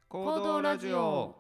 行動ラジオ。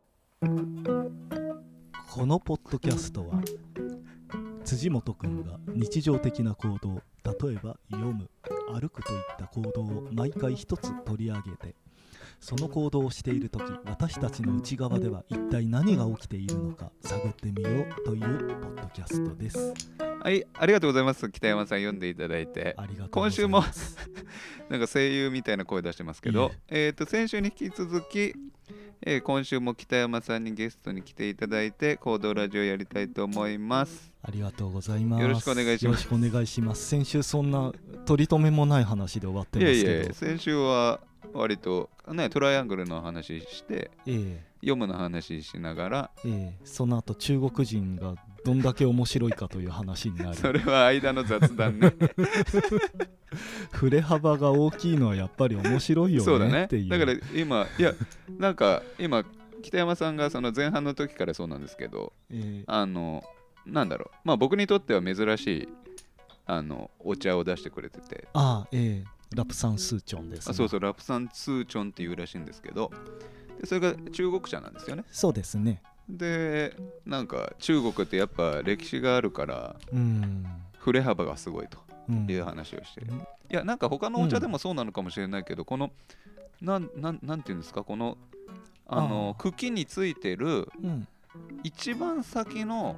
このポッドキャストは辻本くんが日常的な行動、例えば読む、歩くといった行動を毎回一つ取り上げて、その行動をしているとき、私たちの内側では一体何が起きているのか探ってみようというポッドキャストです。 はい、ありがとうございます。北山さん、読んでいただいて。 ありがとうございます。 今週もなんか声優みたいな声出してますけど、先週に引き続き、今週も北山さんにゲストに来ていただいて行動ラジオやりたいと思います。 ありがとうございます。 よろしくお願いします。 よろしくお願いします。先週そんな取り留めもない話で終わってますけど、 いや先週は割と、ね、トライアングルの話して、読むの話しながら、 その後中国人がどんだけ面白いかという話になる。 それは間の雑談ね振れ幅が大きいのはやっぱり面白いよね。 そうだね。 っていう。 だからなんか今北山さんがその前半の時からそうなんですけど、なんだろう、まあ僕にとっては珍しいお茶を出してくれてて、 ラプサンスーチョンです、ね。 そうそう、ラプサンスーチョンっていうらしいんですけど、でそれが中国茶なんですよね。 そうですね。 でなんか中国ってやっぱ歴史があるから振れ幅がすごいという話をしてる。いやなんか他のお茶でもそうなのかもしれないけど、このなんていうんですか、この茎についてる一番先の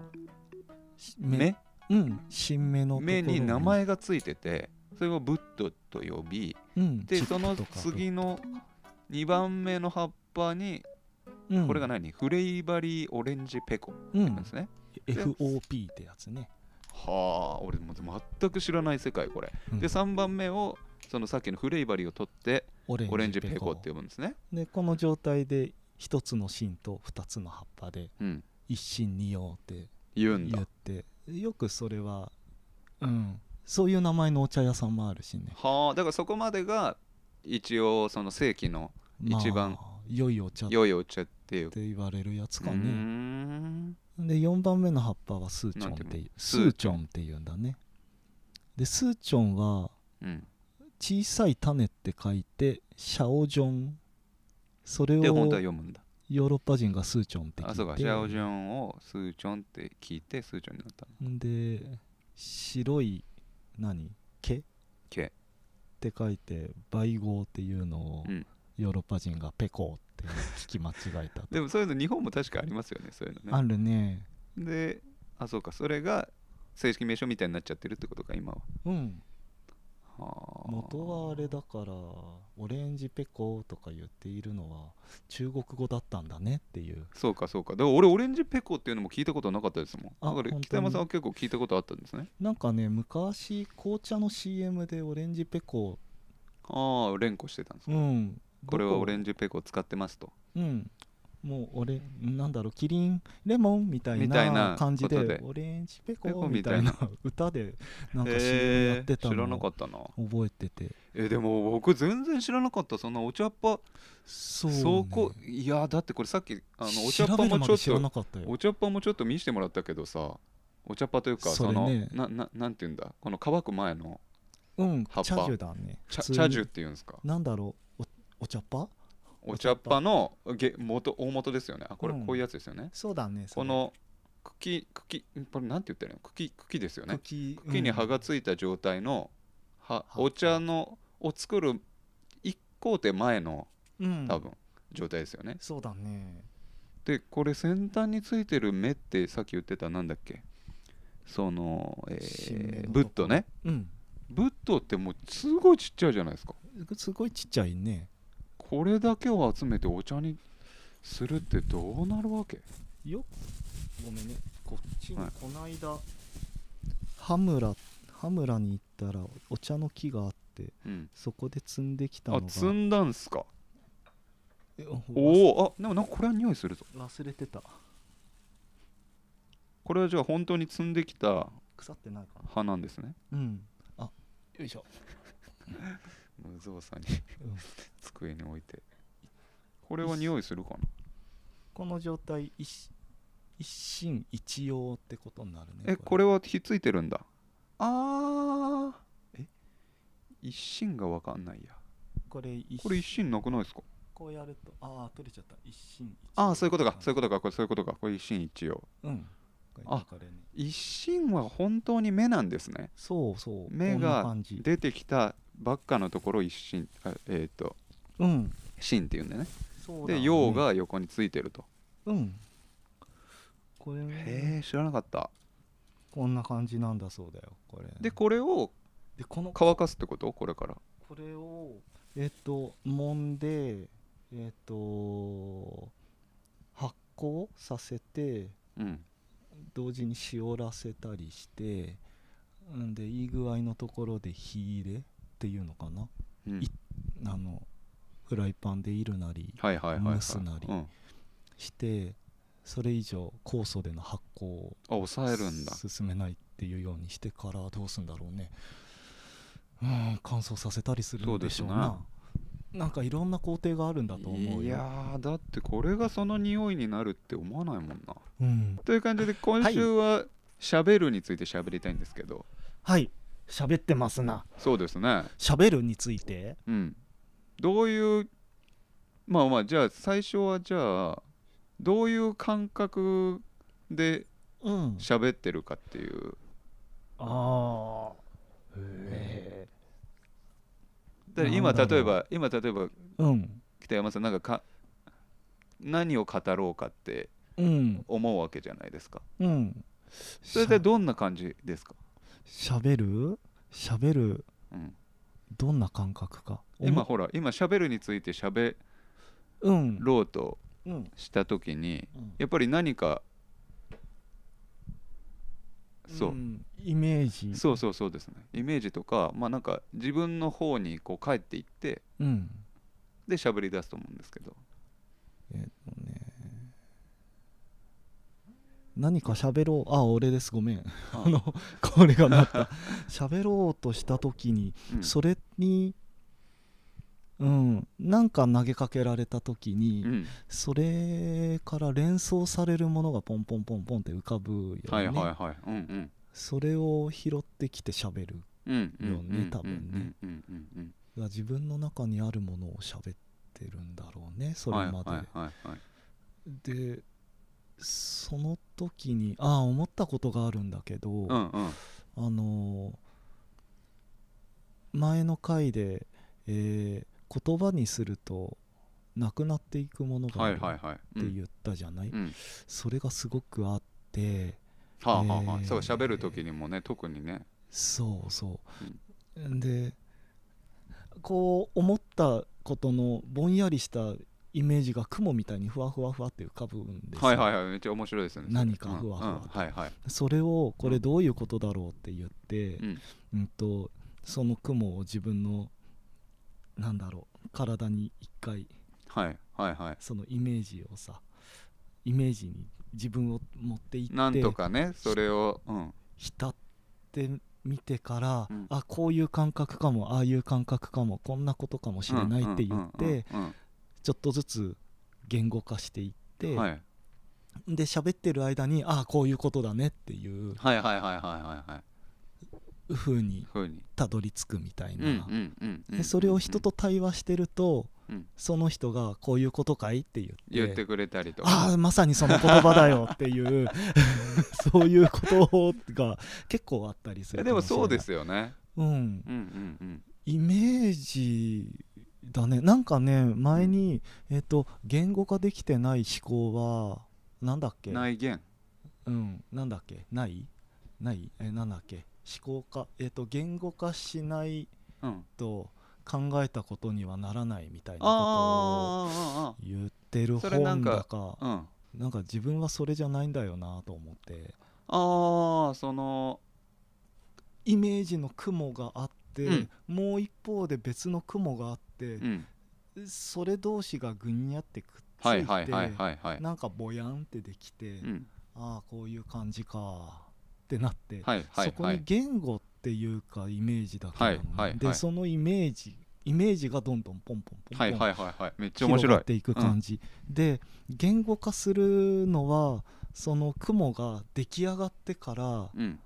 新芽のところ芽に名前がついてて、それをブッドと呼び、でその次の2番目の葉っぱにこれがフレイバリーオレンジペコって言うんですね。 FOP ってやつね。 はあ、俺も全く知らない世界これ。で3番目をそのさっきのフレイバリーを取ってオレンジペコって呼ぶんですね。 でこの状態で1つの芯と2つの葉っぱで一芯二葉って言って、よくそれはそういう名前のお茶屋さんもあるしね。 はあ、だからそこまでが一応その世紀の一番良いお茶って言われるやつかね。で4番目の葉っぱはスーチョンっていうんだね。でスーチョンは小さい種って書いてシャオジョン。それをヨーロッパ人がスーチョンって聞いて、 そうか、シャオジョンをスーチョンって聞いてスーチョンになったので、白い毛って書いてバイゴーっていうのをヨーロッパ人がペコって聞き間違えたでもそういうの日本も確かありますよね。そういうのねあるね。 でそうか、それが正式名称みたいになっちゃってるってことか今は。 元はあれだからオレンジペコとか言っているのは中国語だったんだねっていう。 そうかだから俺オレンジペコっていうのも聞いたことなかったですもん。だから北山さんは結構聞いたことあったんですね。 なんかね、昔紅茶の CM でオレンジペコ連呼してたんですか。これはオレンジペコ使ってますと。 もうキリンレモンみたいな感じでオレンジペコみたいな歌でなんか CM やってたのを知らなかったな。 覚えてて。 でも僕全然知らなかった。そんなお茶っ葉いやだってこれさっきお茶っ葉もちょっと見せてもらったけどさ、お茶っ葉というかそのなんていうんだ、この乾く前の葉っぱ、 茶樹だね。 茶樹っていうんですか。 なんだろう、お茶っ葉の大元ですよね。これこういうやつですよね。 そうだね。 この茎これなんて言ったらいいの、茎ですよね。茎に葉がついた状態のお茶を作る1工程前の多分状態ですよね。 そうだね。 でこれ先端についてる芽ってさっき言ってたなんだっけ、そのブッドね。ブッドってもうすごいちっちゃいじゃないですか。 すごいちっちゃいね。 これだけを集めてお茶にするってどうなるわけ。 ごめんね、こっちにこの間、羽村に行ったらお茶の木があって、そこで摘んできたのが。 摘んだんすか。でもなんかこれは匂いするぞ。 忘れてた。 これはじゃあ本当に摘んできた腐ってないかな葉なんですね。 よいしょ無造作に机に置いて。これは匂いするかな。 この状態一芯一葉ってことになるね。 これはひっついてるんだ。一芯が分かんないや。これ一芯なくないですか。 こうやると取れちゃった。一心一ああ、そういうことか、そういうことか、そういうことか、これ一心一様。あ、一心は本当に目なんですね。 そうそう、 目が出てきたばっかのところ一心、心っていうんだよね。で陽が横についてると。 これへえ、知らなかった。 こんな感じなんだそうだよ。これでこれを乾かすってこと？これからこれを揉んで発酵させて、同時に塩らせたりして、でいい具合のところで火入れっていうのかな、フライパンでいるなり蒸すなりして、それ以上酵素での発酵を抑えるんだ、 進めないっていうようにしてからどうするんだろうね。乾燥させたりするんでしょうな。なんかいろんな工程があるんだと思うよ。 いやだってこれがその匂いになるって思わないもんな。という感じで今週はしゃべるについて喋りたいんですけど。 はい、喋ってますな。 そうですね。 喋るについて、 どういうじゃあ最初はじゃあどういう感覚で喋ってるかっていう。今例えば北山さん何を語ろうかって思うわけじゃないですか。それでどんな感じですか？ 喋る、どんな感覚か。 今喋るについて喋ろうとした時に、やっぱり何かイメージ、 そうですね、イメージとかなんか自分の方にこう帰っていって、で喋り出すと思うんですけど、 何か喋ろう、俺です、ごめんこれがなった喋ろうとした時に、それになんか投げかけられた時に、それから連想されるものがポンポンポンポンって浮かぶよね。それを拾ってきて喋るよね、多分ね。自分の中にあるものを喋ってるんだろうね、それまで。でその時に思ったことがあるんだけど、前の回で言葉にするとなくなっていくものがあるって言ったじゃない。それがすごくあって、 そう喋る時にもね、特にね。 でこう思ったことのぼんやりしたイメージが雲みたいにふわふわふわって浮かぶんですよ。 めっちゃ面白いですね。 何かふわふわと、それをこれどういうことだろうって言って、その雲を自分の体に一回、そのイメージに自分を持っていって、 なんとかね、それを浸ってみてから、こういう感覚かも、ああいう感覚かも、こんなことかもしれないって言って、ちょっとずつ言語化していって、で喋ってる間にこういうことだねっていう風にたどり着くみたいな。でそれを人と対話してると、その人がこういうことかいって言ってくれたりとか、 まさにその言葉だよっていうそういうことが結構あったりするかもしれない。でもそうですよね。イメージだね。なんかね、前に、言語化できてない思考はなんだっけ、 内言、 なんだっけ、ないなんだっけ、思考化、言語化しないと考えたことにはならないみたいなことを言ってる本だか、なんか自分はそれじゃないんだよなと思って、 そのイメージの雲があって、もう一方で別の雲があって、それ同士がぐにゃってくっついて、なんかぼやんってできて、こういう感じかってなって、そこに言語っていうかイメージだけなので、そのイメージがどんどんポンポンポンポンめっちゃ面白い広がっていく感じ、で言語化するのはその雲が出来上がってから、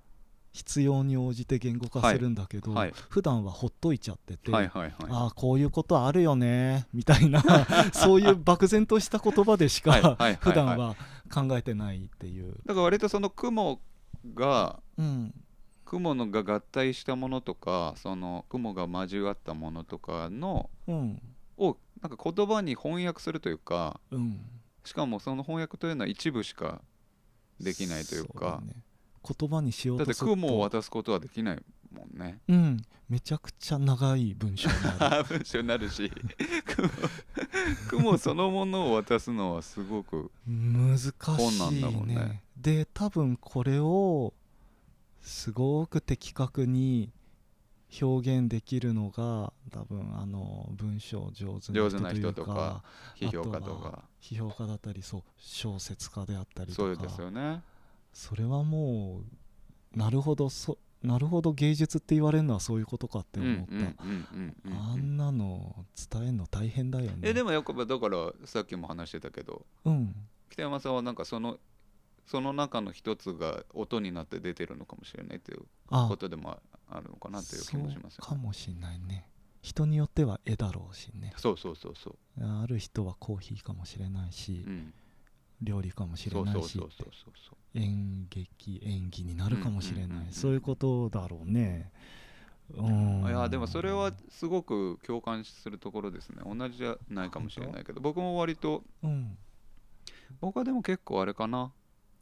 必要に応じて言語化するんだけど、 はいはい、 普段はほっといちゃってて、 はいはいはい、 ああこういうことあるよねみたいなそういう漠然とした言葉でしか普段は考えてないっていう。 だから割とその雲が、雲のが合体したものとか、その雲が交わったものとかの、をなんか言葉に翻訳するというか、しかもその翻訳というのは一部しかできないというか、 言葉にしようとするとだって雲を渡すことはできないもんね。 めちゃくちゃ長い文章になる文章になるし雲そのものを渡すのはすごく難しい困難だもんね。 で多分これをすごく的確に表現できるのが多分文章上手な人とか批評家とか批評家だったり、そう小説家であったりとか、 そうですよね。 それはもうなるほど芸術って言われるのはそういうことかって思った。あんなの伝えるの大変だよね。 でもだからさっきも話してたけど、北山さんはなんかその中の一つが音になって出てるのかもしれないということでもあるのかなという気もしますよね。 そうかもしれないね。人によっては絵だろうしね。 そうある人はコーヒーかもしれないし、料理かもしれないし、演技になるかもしれない、そういうことだろうね。 いやでもそれはすごく共感するところですね。同じじゃないかもしれないけど、僕も割と、僕はでも結構あれかな、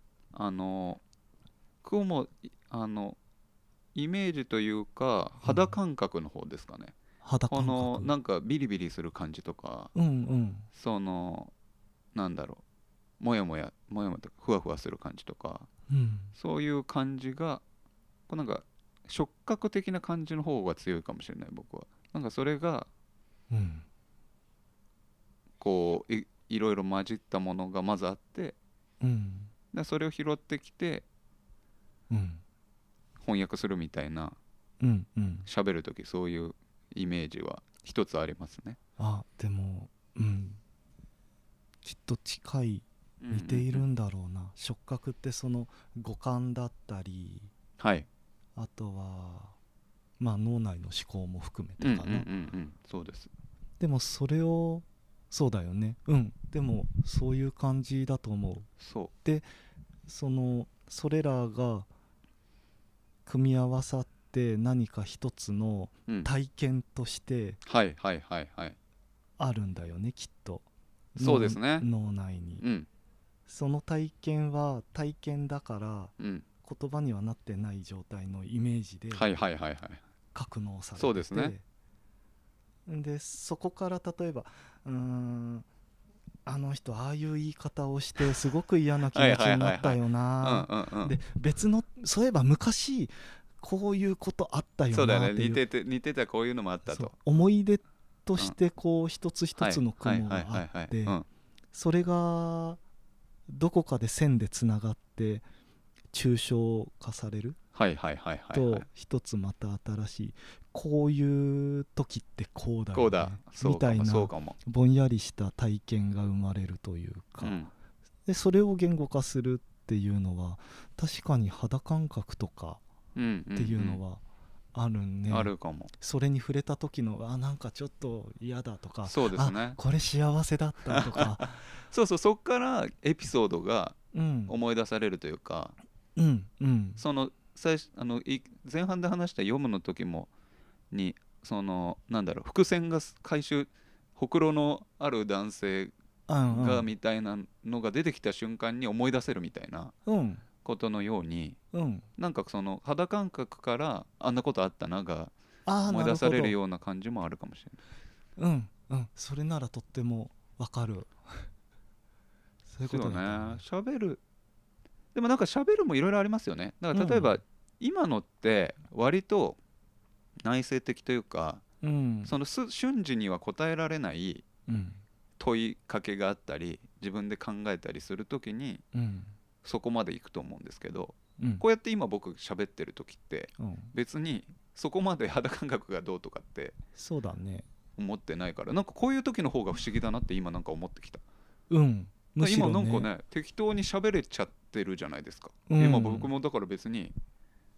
雲イメージというか肌感覚の方ですかね。このなんかビリビリする感じとか、そのなんだろう、もやもやとかふわふわする感じとか、そういう感じがこうなんか触覚的な感じの方が強いかもしれない。僕はなんかそれが、こういろいろ混じったものがまずあって、でそれを拾ってきて、翻訳するみたいな、喋る時そういうイメージは一つありますね。 でもきっと近い似ているんだろうな。触覚ってその五感だったり、あとは脳内の思考も含めてかな。 そうです。 でもそれをそうだよね。でもそういう感じだと思う。でそれらが組み合わさって何か一つの体験としてあるんだよね、きっと。 そうですね。 脳内に、その体験は体験だから、言葉にはなってない状態のイメージで格納されてて、 そうですね。 でそこから例えばあの人ああいう言い方をしてすごく嫌な気持ちになったよな、で別のそういえば昔こういうことあったよなっていう、 そうだよね、似てたこういうのもあったと、 思い出としてこう一つ一つの雲があって、それがどこかで線でつながって抽象化されると、一つまた新しい、こういう時ってこうだよねみたいなぼんやりした体験が生まれるというか、でそれを言語化するっていうのは確かに肌感覚とかっていうのはあるね。 あるかも。 それに触れた時のなんかちょっと嫌だとか、 そうですね、 これ幸せだったとかそっからエピソードが思い出されるというか、その前半で話した読むの時もになんだろう、伏線が回収、ほくろのある男性がみたいなのが出てきた瞬間に思い出せるみたいなことのように、なんかその肌感覚からあんなことあったなが思い出されるような感じもあるかもしれない。 それならとってもわかる。そういうことだね。 喋る、でもなんか喋るもいろいろありますよね。だから例えば、今のって割と内省的というか、その瞬時には答えられない問いかけがあったり、自分で考えたりするときに、そこまでいくと思うんですけど、こうやって今僕喋ってる時って、別にそこまで肌感覚がどうとかってそうだね思ってないから、なんかこういう時の方が不思議だなって今なんか思ってきた。 むしろね、 今なんかね適当に喋れちゃってるじゃないですか、今僕もだから別に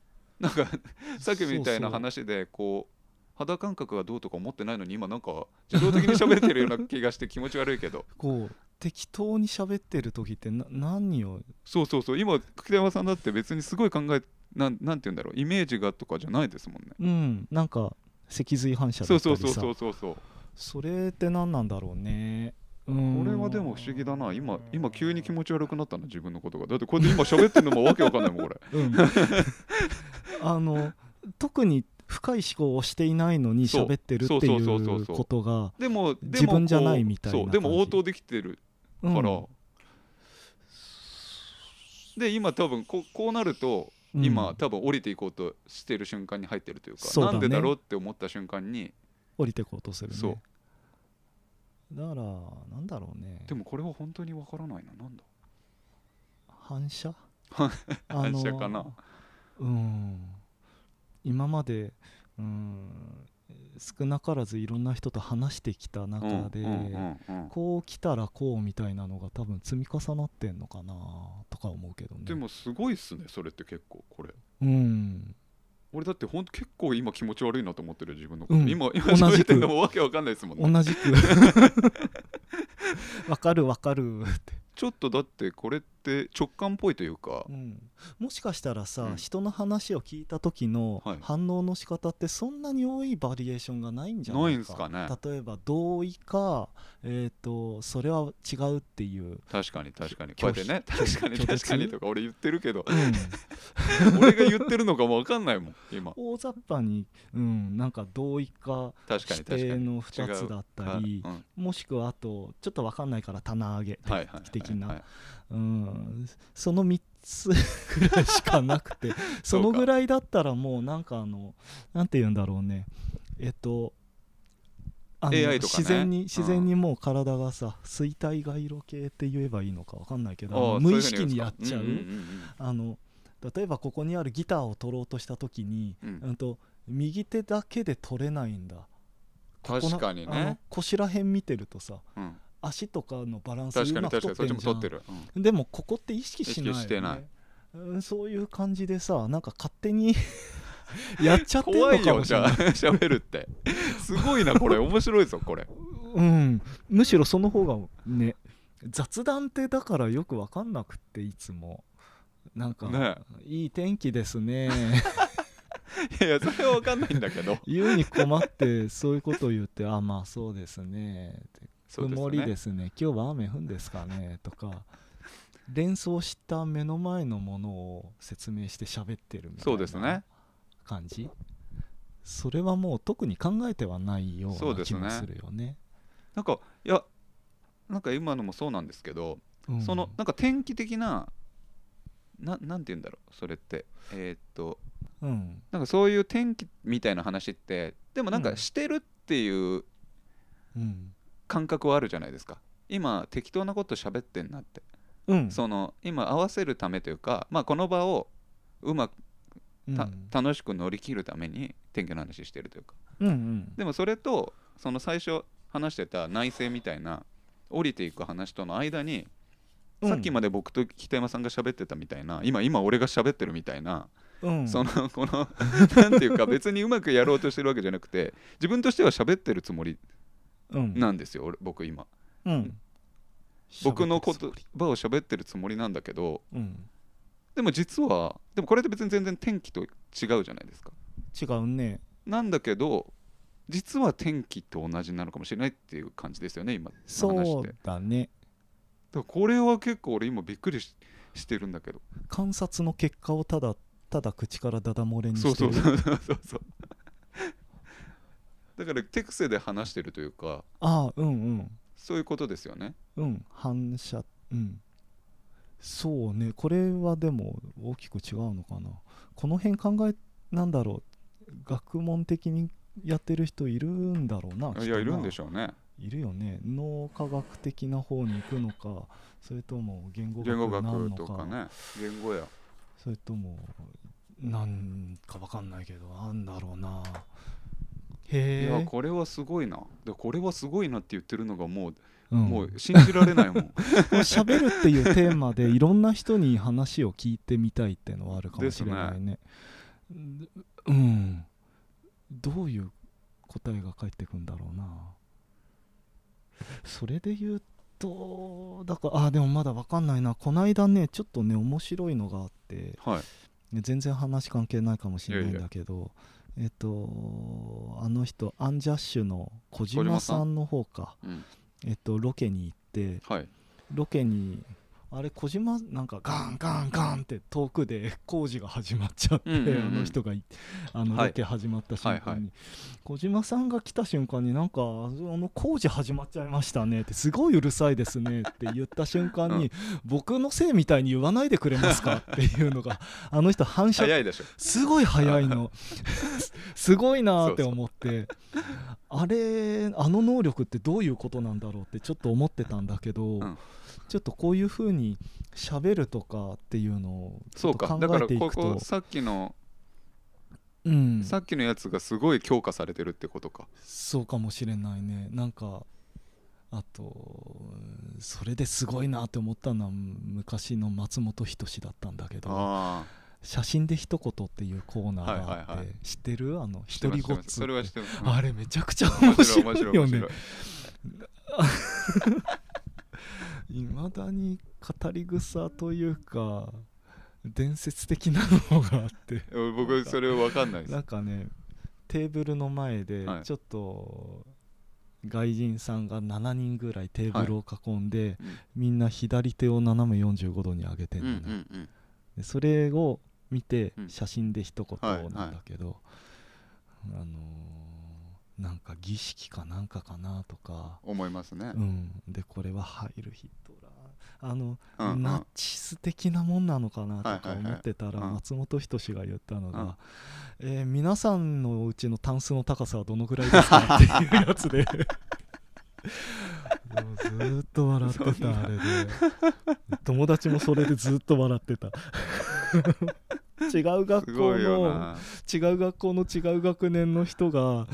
なんかさっきみたいな話でこう肌感覚がどうとか思ってないのに今なんか自動的に喋ってるような気がして気持ち悪いけどこう適当に喋ってる時って何をそう今北山さんだって別にすごい考えなんて言うんだろうイメージがとかじゃないですもんね。 なんか脊髄反射だったりさそうそれって何なんだろうね。 これはでも不思議だな。今急に気持ち悪くなったな自分のことが。だってこれで今喋ってるのもわけわかんないもんこれ特に深い思考をしていないのに喋ってるっていうことが自分じゃないみたいな感じ。 でも応答できてるから、で今多分こうなると今多分降りていこうとしてる瞬間に入ってるというか、なんでだろうって思った瞬間に降りていこうとするね。だからなんだろうね。 でもこれは本当にわからないな。なんだ反射反射かな。 今まで少なからずいろんな人と話してきた中でこう来たらこうみたいなのが多分積み重なってんのかなとか思うけどね。 でもすごいっすねそれって結構これ。俺だってほんと結構今気持ち悪いなと思ってる自分のこと、今喋ってるのもわけわかんないですもんね。 同じくわかるってちょっとだってこれって直感っぽいというか、 もしかしたらさ、人の話を聞いた時の反応の仕方ってそんなに多いバリエーションがないんじゃないか。 ないんすかね。 例えば同意か、それは違うっていう。 確かにこうやってね確かにとか俺言ってるけど、俺が言ってるのかも分かんないもん今。 大雑把に、なんか同意か指定の2つだったり、もしくはあとちょっと分かんないから棚上げ的な、その3つぐらいしかなくてそのぐらいだったらもうなんかなんて言うんだろうね、 AI とかね、 自然にもう体がさ衰退回路系って言えばいいのか分かんないけど、無意識にやっちゃう。例えばここにあるギターを取ろうとした時に、右手だけで取れないんだ。 確かにね。 腰ら辺見てるとさ、足とかのバランスうまく取ってんじゃん。でもここって意識しないよね。そういう感じでさ、なんか勝手にやっちゃってんのかもしれない。 怖いよじゃあ喋るってすごいなこれ面白いぞこれ。 むしろその方がね、雑談ってだからよく分かんなくっていつもなんか、いい天気ですねいやそれは分かんないんだけど言うに困ってそういうことを言って、まあそうですね曇りですね今日は雨降るんですかねとか連想した目の前のものを説明して喋ってるみたいな感じ。それはもう特に考えてはないような気もするよね。 なんかいやなんか今のもそうなんですけど、そのなんか天気的ななんて言うんだろうそれってなんかそういう天気みたいな話ってでもなんかしてるっていう感覚はあるじゃないですか。今適当なこと喋ってんなって、その今合わせるためというか、この場をうまく楽しく乗り切るために天気の話してるというか、でもそれとその最初話してた内政みたいな降りていく話との間に、さっきまで僕と北山さんが喋ってたみたいな、今俺が喋ってるみたいな、そのこのなんていうか別にうまくやろうとしてるわけじゃなくて自分としては喋ってるつもりなんですよ、僕今、僕の言葉を喋ってるつもりなんだけど、でも実はでもこれって別に全然天気と違うじゃないですか。 違うね。 なんだけど実は天気と同じなのかもしれないっていう感じですよね今の話って。 そうだね。 だからこれは結構俺今びっくりしてるんだけど、 観察の結果をただ口からダダ漏れにしてる。 そうだから手癖で話してるというか、そういうことですよね。 反射、そうね。これはでも大きく違うのかな。この辺なんだろう、学問的にやってる人いるんだろうな。 いやいるんでしょうね。 いるよね。脳科学的な方に行くのか、それとも言語学なのか、 とかね、言語や、 それともなんか分かんないけどなんだろうな。 いやこれはすごいな。これはすごいなって言ってるのがもう信じられないもん喋るっていうテーマでいろんな人に話を聞いてみたいっていうのはあるかもしれないね。 うん、どういう答えが返ってくんだろうな。それで言うとだからでもまだ分かんないな。こないだねちょっとね面白いのがあって、 はい、 全然話関係ないかもしれないんだけど、あの人アンジャッシュの小島さんの方か、 うん、 ロケに行って、 はい、 ロケにあれ小島なんかガンガンガンって遠くで工事が始まっちゃって、あの人がロケ始まった瞬間に、はいはいはい、小島さんが来た瞬間になんか工事始まっちゃいましたねってすごいうるさいですねって言った瞬間に、うん、僕のせいみたいに言わないでくれますかっていうのがあの人反射すごい早いのすごいなって思ってあの能力ってどういうことなんだろうってちょっと思ってたんだけど、うん、ちょっとこういう風に喋るとかっていうのをちょっと考えていくと、そうか、だからここさっきの、うん、さっきのやつがすごい強化されてるってことか。 そうかもしれないね。なんかあとそれですごいなって思ったのは昔の松本人志だったんだけど、写真で一言っていうコーナーがあって、はいはいはい、知ってる？一人ごっつ、 それは知ってます。 あれめちゃくちゃ面白いよね。いまだに語り草というか伝説的なのがあって僕それ分かんないです。 なんかねテーブルの前でちょっと外人さんが7人ぐらいテーブルを囲んで、はい、みんな左手を斜め45度に上げてるのね、うんうんうん、でそれを見て写真で一言なんだけど、はいはい、なんか儀式かなんかかなとか思いますね、 うん、でこれはハイルヒトラーナチス的なもんなのかなとか思ってたら、松本人志が言ったのが、皆さんのうちのタンスの高さはどのぐらいですかっていうやつでずっと笑ってたあれで友達もそれでずっと笑ってた違う学校の違う学年の人が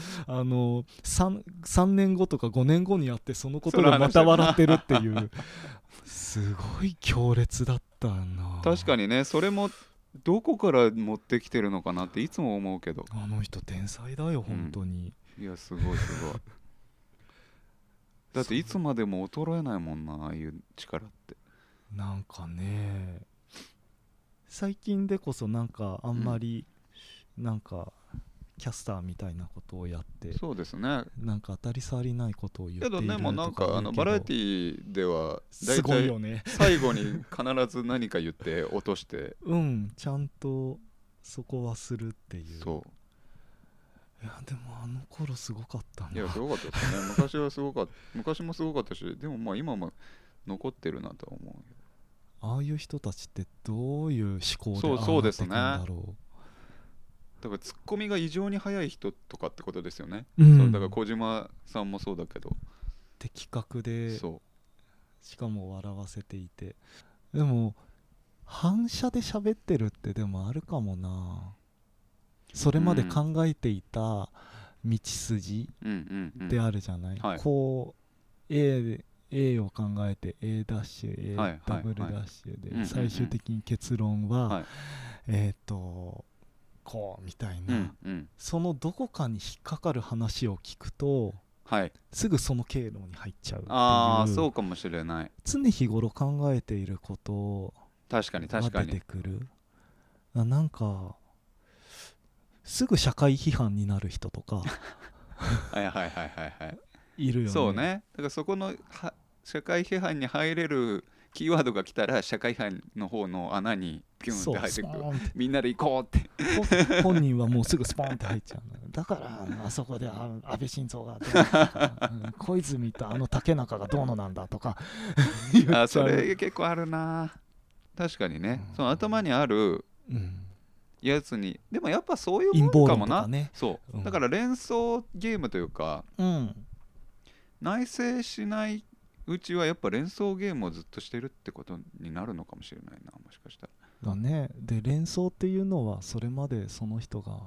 3年後とか5年後にやってそのことでまた笑ってるっていうすごい強烈だったな。 確かにね、それもどこから持ってきてるのかなっていつも思うけど、 あの人天才だよ本当に、 いやすごいすごいだっていつまでも衰えないもんな、ああいう力って。 なんかね最近でこそなんかあんまりなんかキャスターみたいなことをやって、 そうですね、 なんか当たり障りないことを言っているとか言うけど、 けどね、もうなんかバラエティでは大体最後に必ず何か言って落としてうんちゃんとそこはするっていう。 そういやでもあの頃すごかったな。 いやすごかったですね昔もすごかったし、でもまあ今も残ってるなとは思う。 ああいう人たちってどういう思考でああなっていくんだろう。 だからツッコミが異常に速い人とかってことですよね、 そうだから小島さんもそうだけど的確で、 そうしかも笑わせていて、でも反射で喋ってるってでもあるかもな。それまで考えていた道筋であるじゃない、こう A を考えて A ダッシュ A ダブルダッシュで最終的に結論はこうみたいな、そのどこかに引っかかる話を聞くと、すぐその経路に入っちゃうっていう。 ああそうかもしれない。 常日頃考えていることが出てくる。なんかすぐ社会批判になる人とかいるよね。 そうね、だからそこの社会批判に入れるキーワードが来たら社会批判の方の穴にピュンって入ってくる。みんなで行こうって本人はもうすぐスポンって入っちゃう。だからあそこで安倍晋三が小泉と竹中がどうのなんだとかそれ結構あるな。確かにね、その頭にあるやつに、でもやっぱそういうもんかもな、そうだから連想ゲームというか、内省しないうちはやっぱ連想ゲームをずっとしてるってことになるのかもしれないな、もしかしたら。 だね。で連想っていうのはそれまでその人が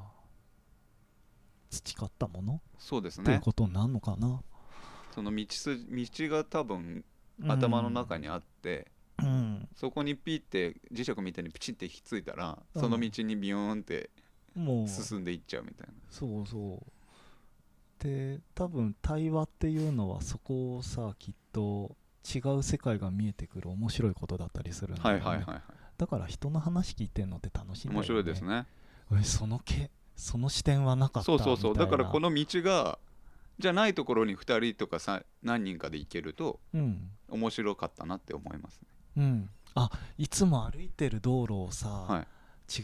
培ったもの、 そうですね、 っていうことになるのかな。 その道が多分頭の中にあって、そこにピッて磁石みたいにピチッてひっついたら、その道にビヨーンってもう進んでいっちゃうみたいな。 そうそうで多分対話っていうのはそこをさきっと違う世界が見えてくる面白いことだったりするんだよね、 はいはいはいはい、 だから人の話聞いてるのって楽しいんだよね。 面白いですね。 その視点はなかったみたいな。 そうだからこの道がじゃないところに2人とか何人かで行けると、面白かったなって思いますね。 いつも歩いてる道路をさ、 はい、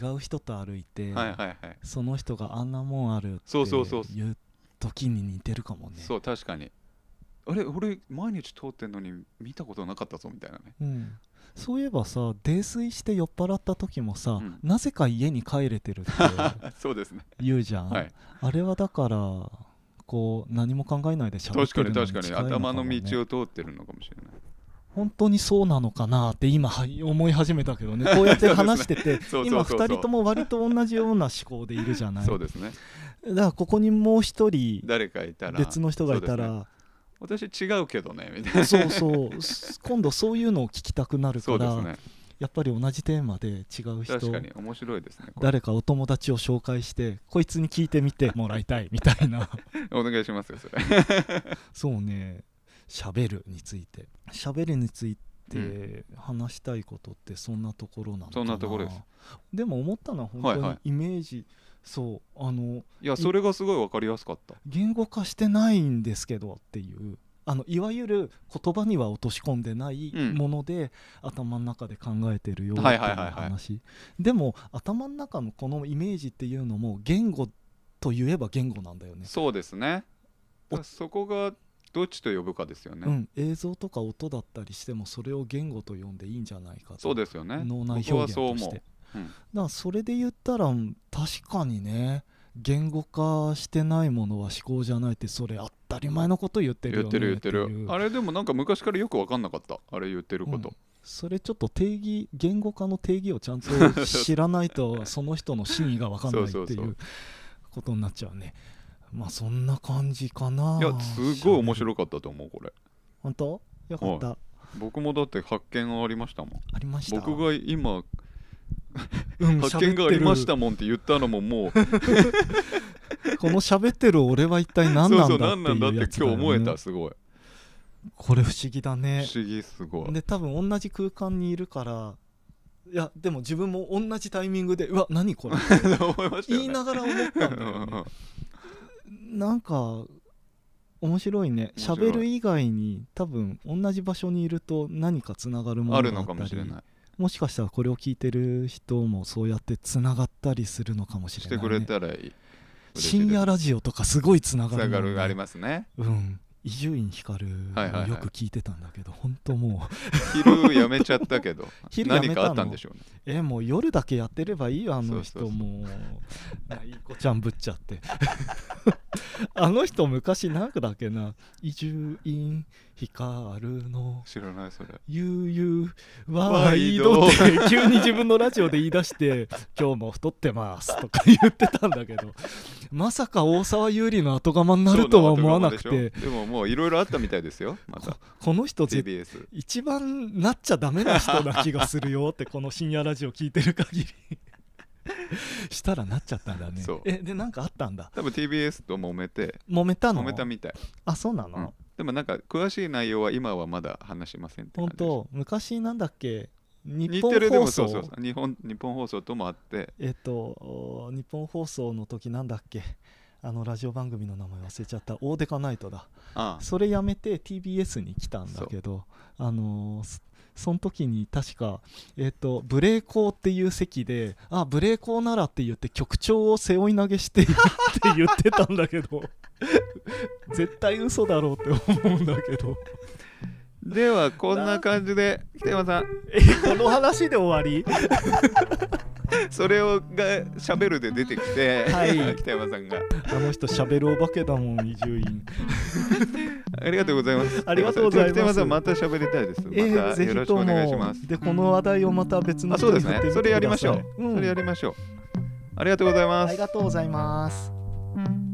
違う人と歩いて、 はいはいはい、 その人があんなもんあるっていう時に似てるかもね。 そう確かに、あれ俺毎日通ってんのに見たことなかったぞみたいなね、 そういえばさ泥酔して酔っ払った時もさ、なぜか家に帰れてるってそうですね言うじゃん、はい、あれはだからこう何も考えないで喋ってるのに近いのかもね。 確かに頭の道を通ってるのかもしれない。 本当にそうなのかなって今思い始めたけどね。こうやって話してて今2人とも割と同じような思考でいるじゃない。 そうですね。 だからここにもう一人誰かいたら別の人がいたら、ね、 私違うけどねみたいな。 そう今度そういうのを聞きたくなるから、 ね、 やっぱり同じテーマで違う人、 確かに面白いですね。 誰かお友達を紹介してこいつに聞いてみてもらいたいみたいなお願いしますよそれそうね、喋るについて話したいことってそんなところなのかな。 そんなところです。 でも思ったのは本当にイメージ、そういやそれがすごい分かりやすかった。 言語化してないんですけどっていういわゆる言葉には落とし込んでないもので、頭の中で考えてるよっていう話、でも頭の中のこのイメージっていうのも言語といえば言語なんだよね。 そうですね。そこがどっちと呼ぶかですよね、 映像とか音だったりしてもそれを言語と呼んでいいんじゃないかと。 そうですよね。 脳内表現として。だからそれで言ったら確かにね、言語化してないものは思考じゃないって、それ当たり前のこと言ってるよね。 言ってる。あれでもなんか昔からよく分かんなかった、あれ言ってること、 それちょっと言語化の定義をちゃんと知らないとその人の真意が分かんないっていうことになっちゃうね。まあそんな感じかな。 いやすごい面白かったと思うこれ。 本当？よかった。 僕もだって発見がありましたもん。 ありました。 僕が今発見がありましたもんって言ったのももうこの喋ってる俺は一体何なんだっていうやつだよね。 何なんだって今日思えた。すごいこれ不思議だね。 不思議、すごい。 で多分同じ空間にいるから、いやでも自分も同じタイミングでうわ何これって言いながら思ったんだよねなんか面白いね。喋る以外に多分同じ場所にいると何かつながるものがあったり、あるのかもしれない。もしかしたらこれを聞いてる人もそうやってつながったりするのかもしれないね。 してくれたらいい。 深夜ラジオとかすごいつながる、ね、 つながるがありますね。 伊集院光をよく聞いてたんだけど、本当もう昼やめちゃったけど何かあったんでしょうね。 もう夜だけやってればいいよあの人。もいい子ちゃんぶっちゃってあの人昔なんかだっけな、伊集院光の知らないそれ悠々ワイドって急に自分のラジオで言い出して今日も太ってますとか言ってたんだけどまさか大沢優里の後釜になるとは思わなくて。 でももういろいろあったみたいですよ。またこの人 TBS 一番なっちゃダメな人な気がするよってこの深夜ラジオ聞いてる限りしたらなっちゃったんだね。でなんかあったんだ。 多分 TBS と揉めたみたい。 あ、そうなの、 でもなんか詳しい内容は今はまだ話しませんって感じです。 本当昔なんだっけ、日本放送、日本放送ともあって、 日本放送の時なんだっけ、ラジオ番組の名前忘れちゃった。オーデカナイトだ。それやめて TBS に来たんだけど、その時に確か、ブレーコーっていう席で、ブレーコーならって言って局長を背負い投げしているって言ってたんだけど絶対嘘だろうって思うんだけどではこんな感じで北山さんこの話で終わりそれをがしゃべるで出てきて、はい、北山さんがあの人しゃべるお化けだもん、伊集院ありがとうございます。 ありがとうございます。 北山さんまたしゃべりたいです。またよろしくお願いします。 でこの話題をまた別のそうですね、それやりましょう、それやりましょう。ありがとうございます。 ありがとうございます。